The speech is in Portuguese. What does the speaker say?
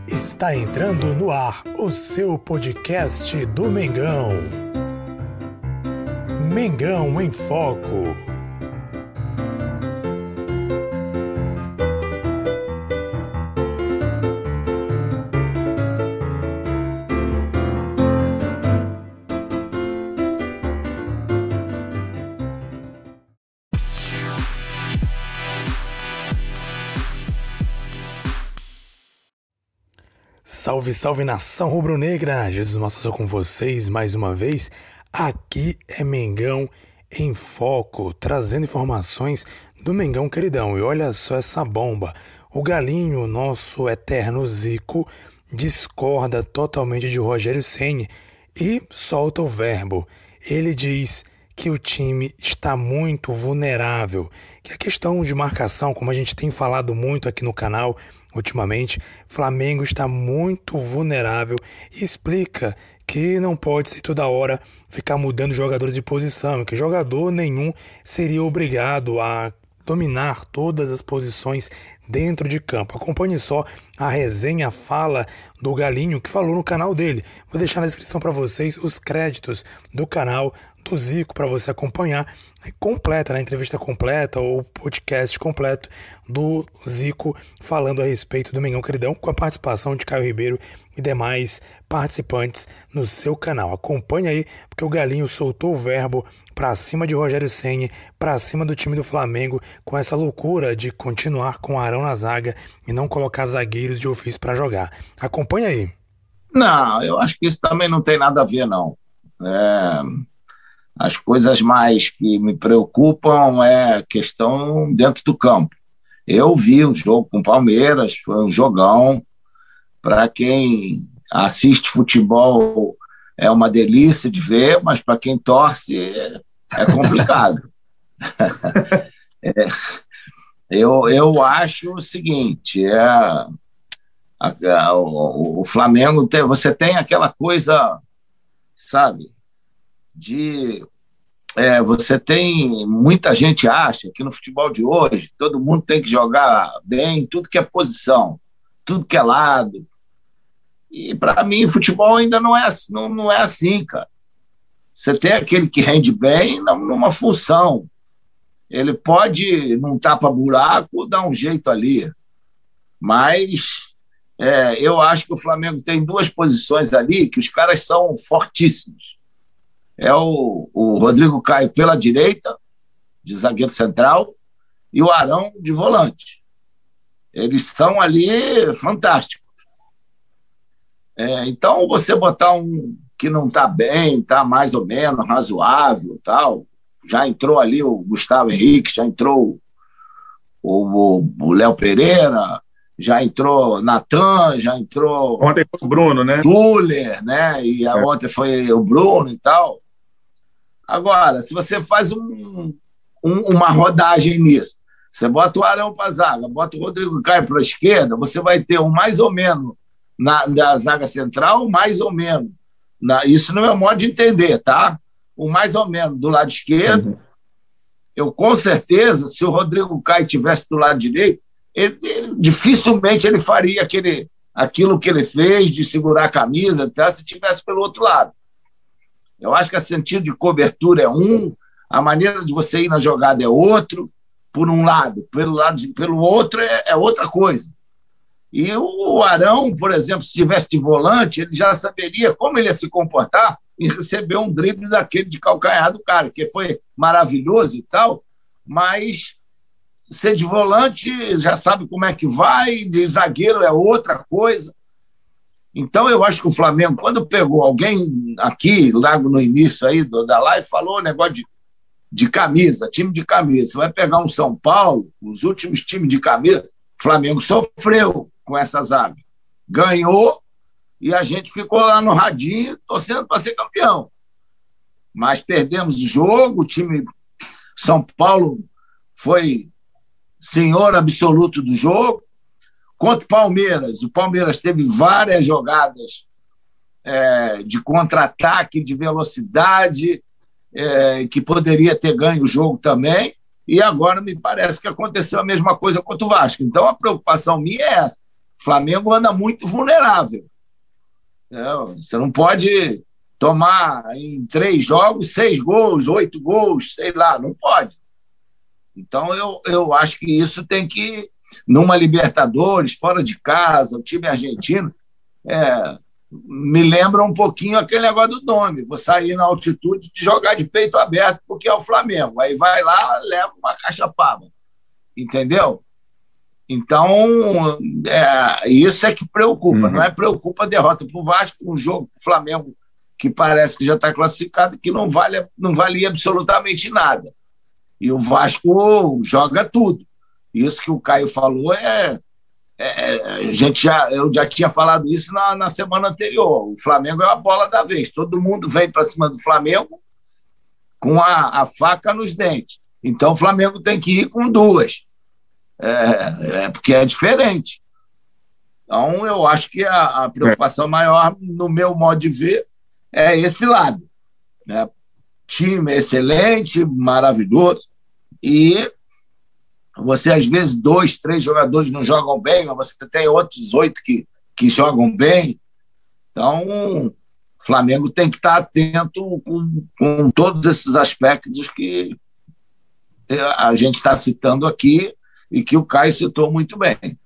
Está entrando no ar o seu podcast do Mengão. Mengão em Foco. Salve, salve nação rubro-negra! Jesus Massa com vocês mais uma vez. Aqui é Mengão em Foco, trazendo informações do Mengão queridão. E olha só essa bomba. O Galinho, nosso eterno Zico, discorda totalmente de Rogério Ceni e solta o verbo. Ele diz que o time está muito vulnerável, que a questão de marcação, como a gente tem falado muito aqui no canal ultimamente, Flamengo está muito vulnerável e explica que não pode ser toda hora ficar mudando jogadores de posição, que jogador nenhum seria obrigado a dominar todas as posições dentro de campo. Acompanhe só a resenha, a fala do Galinho, que falou no canal dele. Vou deixar na descrição para vocês os créditos do canal do Zico para você acompanhar completa, entrevista completa ou podcast completo do Zico falando a respeito do Mengão queridão, com a participação de Caio Ribeiro e demais participantes no seu canal. Acompanhe aí, porque o Galinho soltou o verbo para cima de Rogério Ceni, para cima do time do Flamengo, com essa loucura de continuar com Arão na zaga e não colocar zagueiros de ofício para jogar. Acompanhe aí. Não, eu acho que isso também não tem nada a ver, não. As coisas mais que me preocupam é a questão dentro do campo. Eu vi o jogo com o Palmeiras, foi um jogão. Para quem assiste futebol é uma delícia de ver, mas para quem torce é complicado. Eu acho o seguinte, o Flamengo você tem aquela coisa, sabe, você tem, muita gente acha que no futebol de hoje todo mundo tem que jogar bem, tudo que é posição, tudo que é lado. E para mim, futebol ainda não é assim, cara. Você tem aquele que rende bem numa função. Ele pode, num tapa-buraco, dar um jeito ali. Mas eu acho que o Flamengo tem duas posições ali que os caras são fortíssimos. É o Rodrigo Caio pela direita, de zagueiro central, e o Arão de volante. Eles são ali fantásticos. Então, você botar um que não está bem, está mais ou menos razoável, tal, já entrou ali o Gustavo Henrique, já entrou o Léo Pereira, já entrou Natan, já entrou... Ontem foi o Bruno, né? Tuller, né? E ontem foi o Bruno e tal. Agora, se você faz uma rodagem nisso, você bota o Arão para a zaga, bota o Rodrigo Caio para a esquerda, você vai ter um mais ou menos da zaga central, mais ou menos. Isso no meu modo de entender, tá? O mais ou menos do lado esquerdo. Eu, com certeza, se o Rodrigo Caio estivesse do lado direito, dificilmente ele faria aquilo que ele fez de segurar a camisa, tá? Se estivesse pelo outro lado. Eu acho que o sentido de cobertura é a maneira de você ir na jogada é outro, por um lado, pelo outro é outra coisa. E o Arão, por exemplo, se estivesse de volante, ele já saberia como ele ia se comportar e receber um drible daquele de calcanhar do cara, que foi maravilhoso e tal, mas ser de volante já sabe como é que vai, de zagueiro é outra coisa. Então, eu acho que o Flamengo, quando pegou alguém aqui, logo no início aí da live, falou negócio de camisa, time de camisa. Você vai pegar um São Paulo, os últimos times de camisa, o Flamengo sofreu com essa zaga. Ganhou e a gente ficou lá no radinho torcendo para ser campeão. Mas perdemos o jogo, o time São Paulo foi senhor absoluto do jogo. Contra o Palmeiras teve várias jogadas de contra-ataque, de velocidade, que poderia ter ganho o jogo também, e agora me parece que aconteceu a mesma coisa contra o Vasco. Então a preocupação minha é essa. O Flamengo anda muito vulnerável. Você não pode tomar em 3 jogos 6 gols, 8 gols, sei lá, não pode. Então, eu acho que isso tem que, numa Libertadores, fora de casa, o time argentino, me lembra um pouquinho aquele negócio do nome. Vou sair na altitude de jogar de peito aberto, porque é o Flamengo. Aí vai lá, leva uma caixa-pava. Entendeu? Então, isso é que preocupa. Não é preocupa a derrota para o Vasco, um jogo para o Flamengo que parece que já está classificado, que não valia absolutamente nada. E o Vasco joga tudo. Isso que o Caio falou eu já tinha falado isso na semana anterior. O Flamengo é a bola da vez. Todo mundo vem para cima do Flamengo com a faca nos dentes. Então, o Flamengo tem que ir com 2. Porque é diferente. Então, eu acho que a preocupação maior, no meu modo de ver, é esse lado. Né? Time excelente, maravilhoso, e você, às vezes, 2, 3 jogadores não jogam bem, mas você tem outros 8 que jogam bem. Então, o Flamengo tem que estar atento com todos esses aspectos que a gente está citando aqui e que o Caio citou muito bem.